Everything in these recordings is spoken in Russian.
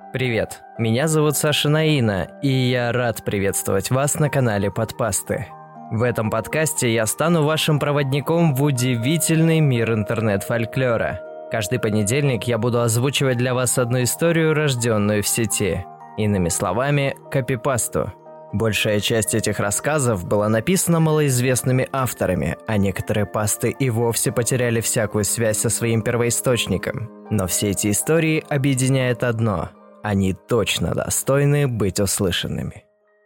Привет, меня зовут Саша Наина, и я рад приветствовать вас на канале Подпасты. В этом подкасте я стану вашим проводником в удивительный мир интернет-фольклора. Каждый понедельник я буду озвучивать для вас одну историю, рожденную в сети. Иными словами, копипасту. Большая часть этих рассказов была написана малоизвестными авторами, а некоторые пасты и вовсе потеряли всякую связь со своим первоисточником. Но все эти истории объединяет одно – они точно достойны быть услышанными.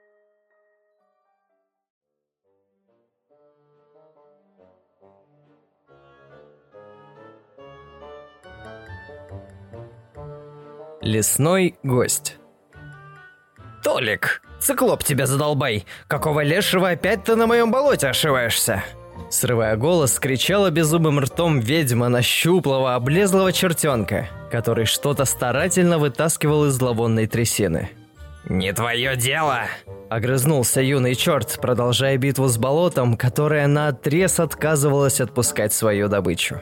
Лесной гость. «Толик, циклоп тебя задолбай! Какого лешего опять ты на моем болоте ошиваешься?» Срывая голос, кричала беззубым ртом ведьма на щуплого, облезлого чертенка, который что-то старательно вытаскивал из зловонной трясины. «Не твое дело!» – огрызнулся юный черт, продолжая битву с болотом, которое наотрез отказывалось отпускать свою добычу.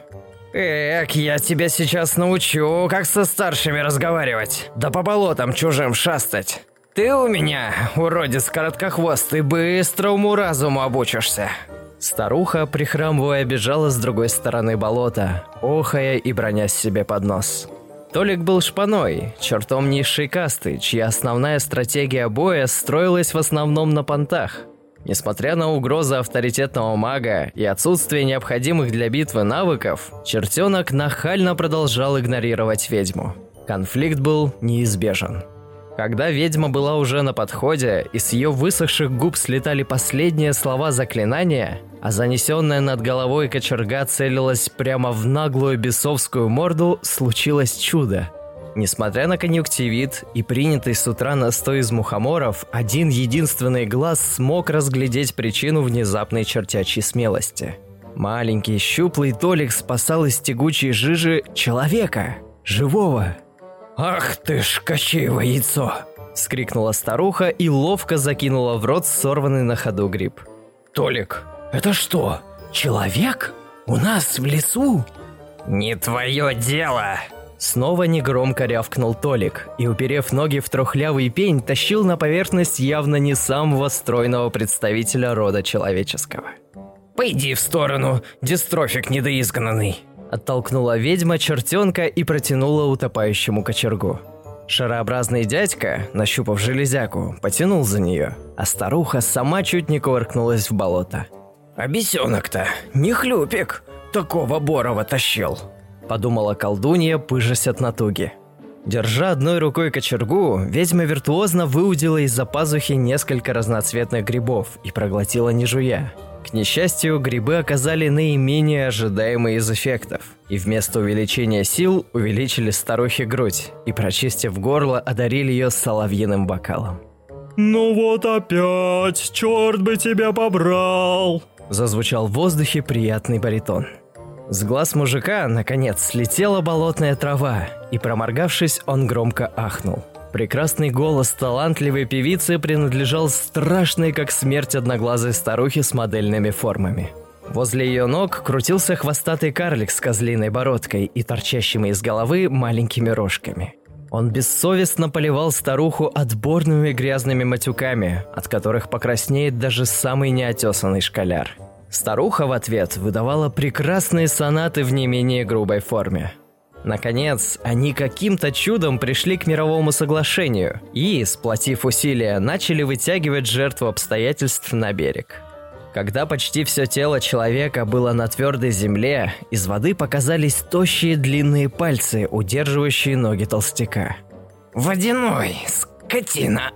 «Эк, я тебя сейчас научу, как со старшими разговаривать, да по болотам чужим шастать. Ты у меня, уродец короткохвостый, быстро уму-разуму обучишься». Старуха, прихрамывая, бежала с другой стороны болота, охая и бронясь себе под нос. Толик был шпаной, чертом низшей касты, чья основная стратегия боя строилась в основном на понтах. Несмотря на угрозы авторитетного мага и отсутствие необходимых для битвы навыков, чертенок нахально продолжал игнорировать ведьму. Конфликт был неизбежен. Когда ведьма была уже на подходе, и с ее высохших губ слетали последние слова заклинания, а занесенная над головой кочерга целилась прямо в наглую бесовскую морду, случилось чудо. Несмотря на конъюнктивит и принятый с утра настой из мухоморов, один единственный глаз смог разглядеть причину внезапной чертячей смелости. Маленький щуплый Толик спасал из тягучей жижи человека, живого. «Ах ты ж, кощеево яйцо!» – вскрикнула старуха и ловко закинула в рот сорванный на ходу гриб. «Толик, это что, человек? У нас в лесу?» «Не твое дело!» Снова негромко рявкнул Толик и, уперев ноги в трухлявый пень, тащил на поверхность явно не самого стройного представителя рода человеческого. «Пойди в сторону, дистрофик недоизгнанный!» Оттолкнула ведьма чертенка и протянула утопающему кочергу. Шарообразный дядька, нащупав железяку, потянул за нее, а старуха сама чуть не кувыркнулась в болото. «А бесенок-то не хлюпик, такого Борова тащил!» Подумала колдунья, пыжась от натуги. Держа одной рукой кочергу, ведьма виртуозно выудила из-за пазухи несколько разноцветных грибов и проглотила не жуя. К несчастью, грибы оказали наименее ожидаемый из эффектов, и вместо увеличения сил увеличили старухе грудь и, прочистив горло, одарили ее соловьиным бокалом. «Ну вот опять, черт бы тебя побрал!» Зазвучал в воздухе приятный баритон. С глаз мужика, наконец, слетела болотная трава, и, проморгавшись, он громко ахнул. Прекрасный голос талантливой певицы принадлежал страшной, как смерть, одноглазой старухе с модельными формами. Возле ее ног крутился хвостатый карлик с козлиной бородкой и торчащими из головы маленькими рожками. Он бессовестно поливал старуху отборными грязными матюками, от которых покраснеет даже самый неотесанный школяр. Старуха в ответ выдавала прекрасные сонаты в не менее грубой форме. Наконец, они каким-то чудом пришли к мировому соглашению и, сплотив усилия, начали вытягивать жертву обстоятельств на берег. Когда почти все тело человека было на твердой земле, из воды показались тощие длинные пальцы, удерживающие ноги толстяка. «Водяной, скотина!»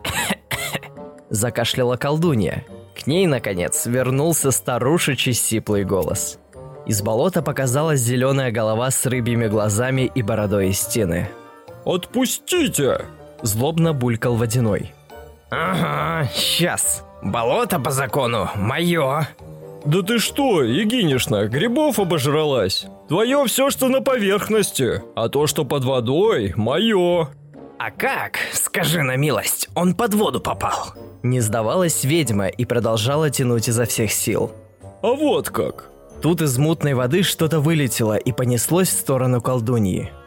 Закашляла колдунья. К ней, наконец, вернулся старушечий сиплый голос. Из болота показалась зеленая голова с рыбьими глазами и бородой из стены. «Отпустите!» – злобно булькал Водяной. «Ага, сейчас. Болото по закону мое!» «Да ты что, Егинишна, грибов обожралась? Твое все, что на поверхности, а то, что под водой, мое!» «А как, скажи на милость, он под воду попал?» Не сдавалась ведьма и продолжала тянуть изо всех сил. «А вот как!» Тут из мутной воды что-то вылетело и понеслось в сторону колдуньи.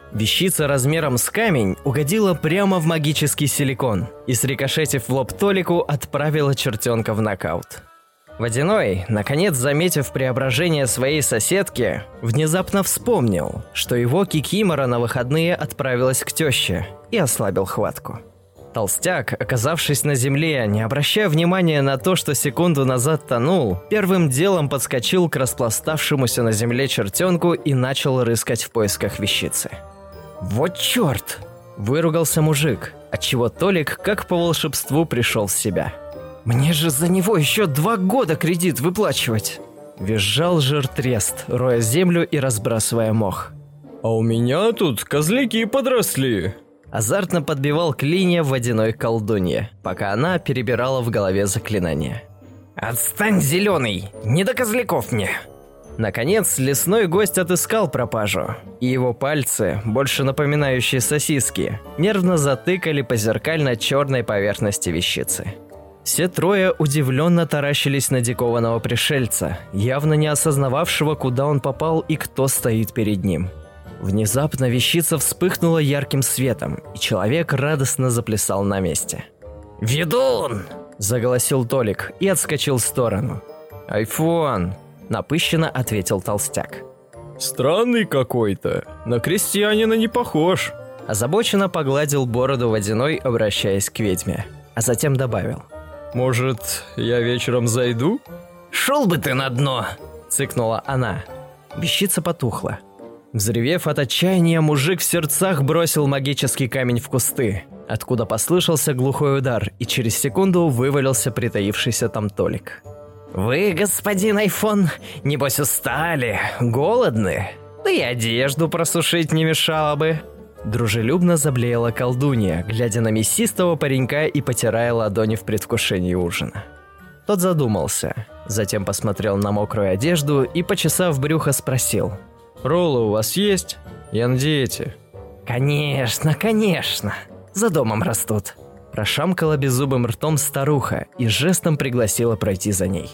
Вещица размером с камень угодила прямо в магический силикон и, срикошетив в лоб Толику, отправила чертенка в нокаут. Водяной, наконец заметив преображение своей соседки, внезапно вспомнил, что его кикимора на выходные отправилась к теще, и ослабил хватку. Толстяк, оказавшись на земле, не обращая внимания на то, что секунду назад тонул, первым делом подскочил к распластавшемуся на земле чертенку и начал рыскать в поисках вещицы. «Вот черт!» – выругался мужик, отчего Толик как по волшебству пришел в себя. «Мне же за него еще 2 года кредит выплачивать!» Визжал жиртрест, роя землю и разбрасывая мох. «А у меня тут козляки подросли!» Азартно подбивал клинья водяной колдунье, пока она перебирала в голове заклинания. «Отстань, зеленый! Не до козляков мне!» Наконец, лесной гость отыскал пропажу, и его пальцы, больше напоминающие сосиски, нервно затыкали по зеркально-черной поверхности вещицы. Все трое удивленно таращились на дикованного пришельца, явно не осознававшего, куда он попал и кто стоит перед ним. Внезапно вещица вспыхнула ярким светом, и человек радостно заплясал на месте. «Ведун!» – заголосил Толик и отскочил в сторону. «Айфон!» – напыщенно ответил толстяк. «Странный какой-то, на крестьянина не похож». Озабоченно погладил бороду водяной, обращаясь к ведьме, а затем добавил. «Может, я вечером зайду?» «Шел бы ты на дно!» – цыкнула она. Вещица потухла. Взревев от отчаяния, мужик в сердцах бросил магический камень в кусты, откуда послышался глухой удар, и через секунду вывалился притаившийся там Толик. «Вы, господин Айфон, небось устали, голодны? Да и одежду просушить не мешало бы!» Дружелюбно заблеяла колдунья, глядя на мясистого паренька и потирая ладони в предвкушении ужина. Тот задумался, затем посмотрел на мокрую одежду и, почесав брюхо, спросил. «Роллы у вас есть? Я на диете». «Конечно, конечно, за домом растут». Прошамкала беззубым ртом старуха и жестом пригласила пройти за ней.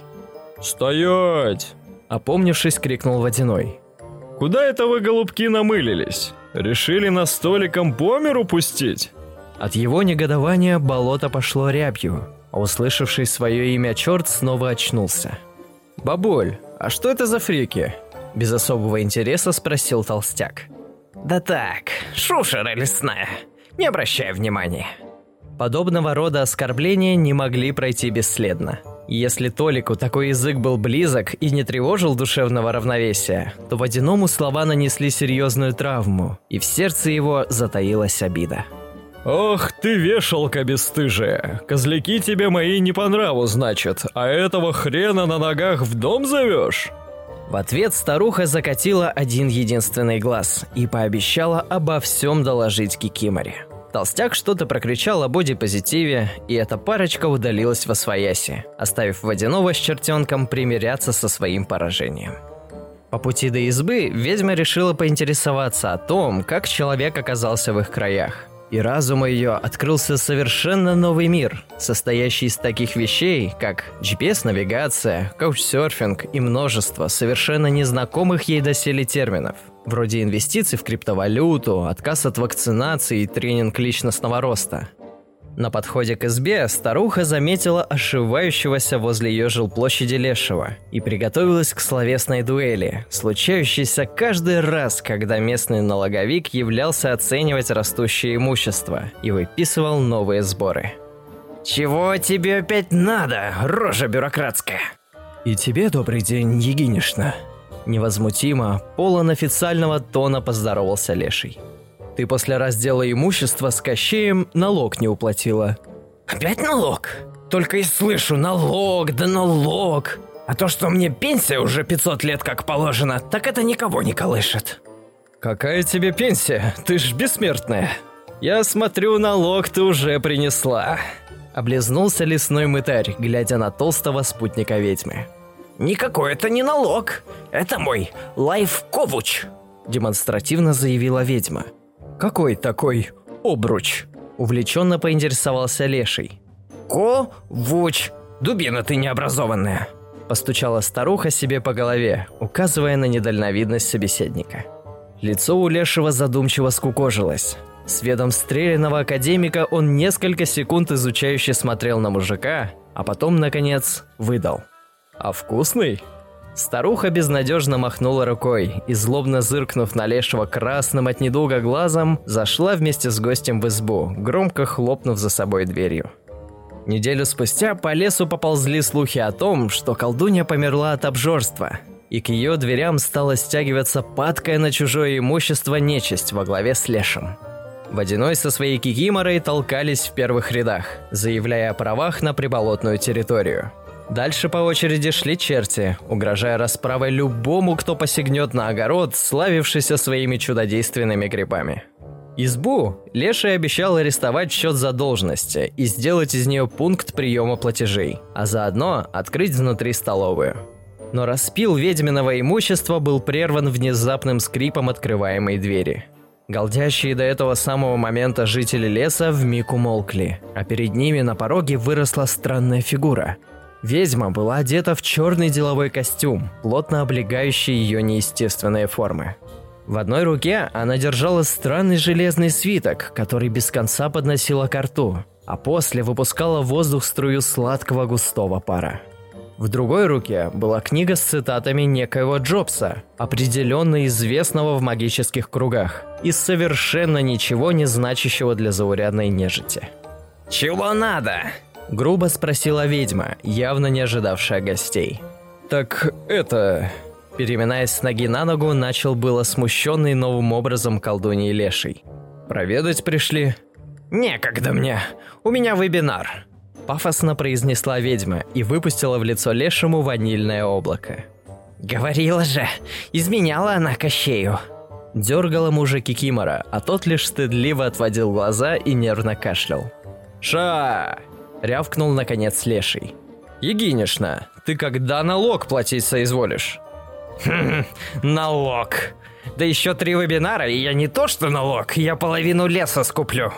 «Стоять!» Опомнившись, крикнул водяной. «Куда это вы, голубки, намылились? Решили нас с Толиком по миру пустить?» От его негодования болото пошло рябью, а услышавший свое имя черт снова очнулся. «Бабуль, а что это за фрики?» Без особого интереса спросил толстяк. «Да так, шушера лесная, не обращай внимания». Подобного рода оскорбления не могли пройти бесследно. Если Толику такой язык был близок и не тревожил душевного равновесия, то водяному слова нанесли серьезную травму, и в сердце его затаилась обида. «Ох ты, вешалка бесстыжая! Козляки тебе мои не по нраву, значит, а этого хрена на ногах в дом зовешь?» В ответ старуха закатила один единственный глаз и пообещала обо всем доложить кикиморе. Толстяк что-то прокричал о бодипозитиве, и эта парочка удалилась восвояси, оставив водяного с чертенком примиряться со своим поражением. По пути до избы ведьма решила поинтересоваться о том, как человек оказался в их краях. И разуму ее открылся совершенно новый мир, состоящий из таких вещей, как GPS-навигация, каучсерфинг и множество совершенно незнакомых ей доселе терминов, вроде инвестиций в криптовалюту, отказ от вакцинации и тренинг личностного роста. На подходе к избе старуха заметила ошивающегося возле ее жилплощади лешего и приготовилась к словесной дуэли, случающейся каждый раз, когда местный налоговик являлся оценивать растущее имущество и выписывал новые сборы. «Чего тебе опять надо, рожа бюрократская?» «И тебе добрый день, Егинишна». Невозмутимо, полон официального тона поздоровался леший. «Ты после раздела имущества с Кощеем налог не уплатила». «Опять налог? Только и слышу налог, да налог. А то, что мне пенсия уже 500 лет как положено, так это никого не колышет». «Какая тебе пенсия? Ты ж бессмертная. Я смотрю, налог ты уже принесла». Облизнулся лесной мытарь, глядя на толстого спутника ведьмы. «Никакой это не налог. Это мой лайф-ковуч», демонстративно заявила ведьма. «Какой такой обруч?» Увлеченно поинтересовался леший. «Ковуч, дубина ты необразованная», постучала старуха себе по голове, указывая на недальновидность собеседника. Лицо у Лешего задумчиво скукожилось. С видом стрелянного академика он несколько секунд изучающе смотрел на мужика, а потом, наконец, выдал. «А вкусный?» Старуха безнадежно махнула рукой и, злобно зыркнув на Лешего красным от недуга глазом, зашла вместе с гостем в избу, громко хлопнув за собой дверью. Неделю спустя по лесу поползли слухи о том, что колдунья померла от обжорства, и к ее дверям стала стягиваться падкая на чужое имущество нечисть во главе с Лешем. Водяной со своей кикиморой толкались в первых рядах, заявляя о правах на приболотную территорию. Дальше по очереди шли черти, угрожая расправой любому, кто посягнет на огород, славившийся своими чудодейственными грибами. Избу Леший обещал арестовать в счет задолженности и сделать из нее пункт приема платежей, а заодно открыть внутри столовую. Но распил ведьминого имущества был прерван внезапным скрипом открываемой двери. Голдящие до этого самого момента жители леса вмиг умолкли, а перед ними на пороге выросла странная фигура. Ведьма была одета в черный деловой костюм, плотно облегающий ее неестественные формы. В одной руке она держала странный железный свиток, который без конца подносила ко рту, а после выпускала в воздух струю сладкого густого пара. В другой руке была книга с цитатами некоего Джобса, определенно известного в магических кругах, и совершенно ничего не значащего для заурядной нежити. «Чего надо?» – грубо спросила ведьма, явно не ожидавшая гостей. «Так это...» Переминаясь с ноги на ногу, начал было смущенный новым образом колдуньи Леший. «Проведать пришли?» «Некогда мне, у меня вебинар», – пафосно произнесла ведьма и выпустила в лицо Лешему ванильное облако. «Говорила же, изменяла она Кощею». Дергала мужа кикимора, а тот лишь стыдливо отводил глаза и нервно кашлял. «Ша!» – рявкнул наконец Леший. «Егинишна, ты когда налог платить соизволишь?» Налог. Да еще 3 вебинара, и я не то что налог, я половину леса скуплю.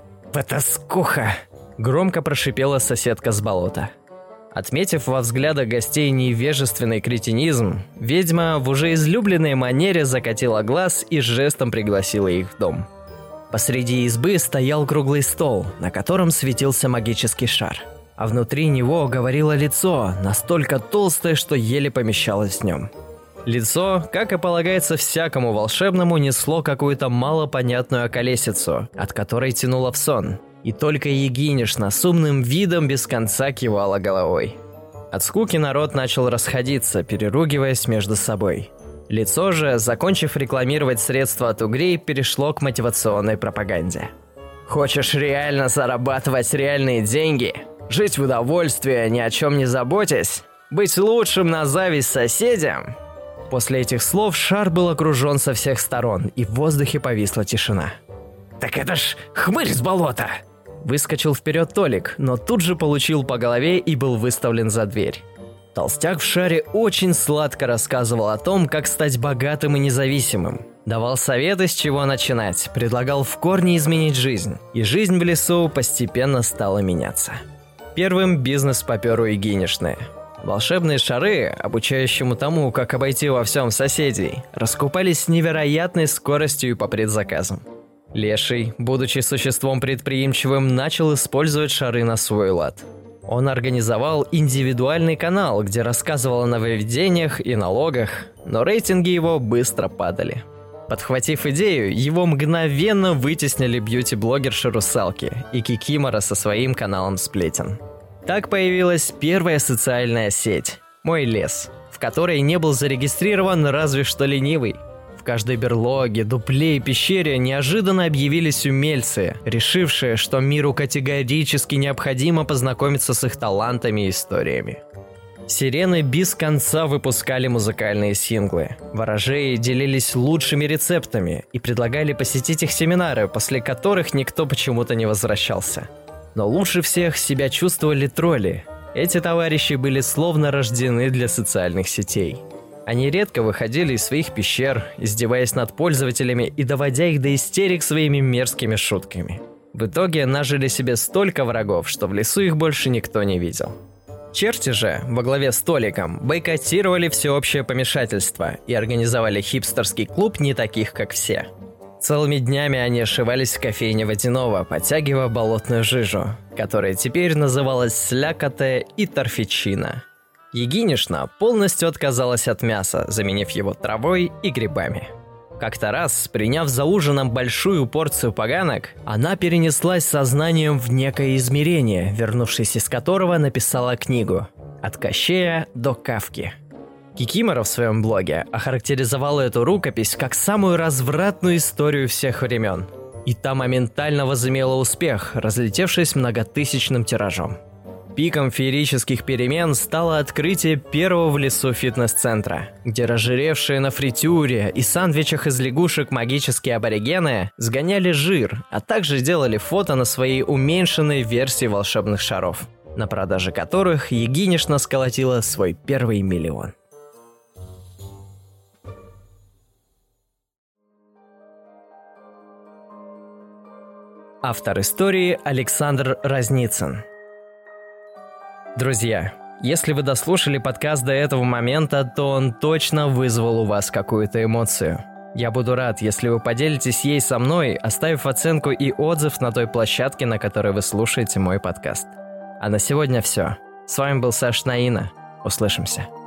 Потаскуха. Громко прошипела соседка с болота. Отметив во взглядах гостей невежественный кретинизм, ведьма в уже излюбленной манере закатила глаз и жестом пригласила их в дом. Посреди избы стоял круглый стол, на котором светился магический шар. А внутри него говорило лицо, настолько толстое, что еле помещалось в нем. Лицо, как и полагается всякому волшебному, несло какую-то малопонятную околесицу, от которой тянуло в сон. И только Егинишна с умным видом без конца кивала головой. От скуки народ начал расходиться, переругиваясь между собой. Лицо же, закончив рекламировать средства от угрей, перешло к мотивационной пропаганде. «Хочешь реально зарабатывать реальные деньги? Жить в удовольствии, ни о чем не заботясь? Быть лучшим на зависть соседям?» После этих слов шар был окружен со всех сторон, и в воздухе повисла тишина. «Так это ж хмырь с болота!» Выскочил вперед Толик, но тут же получил по голове и был выставлен за дверь. Толстяк в шаре очень сладко рассказывал о том, как стать богатым и независимым. Давал советы, с чего начинать, предлагал в корне изменить жизнь, и жизнь в лесу постепенно стала меняться. Первым бизнес попер у Егинишны. Волшебные шары, обучающему тому, как обойти во всем соседей, раскупались с невероятной скоростью и по предзаказам. Леший, будучи существом предприимчивым, начал использовать шары на свой лад. Он организовал индивидуальный канал, где рассказывал о нововведениях и налогах, но рейтинги его быстро падали. Подхватив идею, его мгновенно вытеснили бьюти-блогерши-русалки и кикимора со своим каналом сплетен. Так появилась первая социальная сеть «Мой лес», в которой не был зарегистрирован разве что ленивый. В каждой берлоге, дупле и пещере неожиданно объявились умельцы, решившие, что миру категорически необходимо познакомиться с их талантами и историями. Сирены без конца выпускали музыкальные синглы. Ворожеи делились лучшими рецептами и предлагали посетить их семинары, после которых никто почему-то не возвращался. Но лучше всех себя чувствовали тролли. Эти товарищи были словно рождены для социальных сетей. Они редко выходили из своих пещер, издеваясь над пользователями и доводя их до истерик своими мерзкими шутками. В итоге нажили себе столько врагов, что в лесу их больше никто не видел. Черти же, во главе с Толиком, бойкотировали всеобщее помешательство и организовали хипстерский клуб «Не таких, как все». Целыми днями они ошивались в кофейне Водяного, подтягивая болотную жижу, которая теперь называлась слякотая и торфичина. Егинишна полностью отказалась от мяса, заменив его травой и грибами. Как-то раз, приняв за ужином большую порцию поганок, она перенеслась сознанием в некое измерение, вернувшись из которого написала книгу «От Кощея до Кафки». Кикимора в своем блоге охарактеризовала эту рукопись как самую развратную историю всех времен. И та моментально возымела успех, разлетевшись многотысячным тиражом. Пиком феерических перемен стало открытие первого в лесу фитнес-центра, где разжиревшие на фритюре и сандвичах из лягушек магические аборигены сгоняли жир, а также делали фото на своей уменьшенной версии волшебных шаров, на продаже которых Егинишна сколотила свой первый миллион. Автор истории Александр Разницын. Друзья, если вы дослушали подкаст до этого момента, то он точно вызвал у вас какую-то эмоцию. Я буду рад, если вы поделитесь ей со мной, оставив оценку и отзыв на той площадке, на которой вы слушаете мой подкаст. А на сегодня все. С вами был Саш Наина. Услышимся.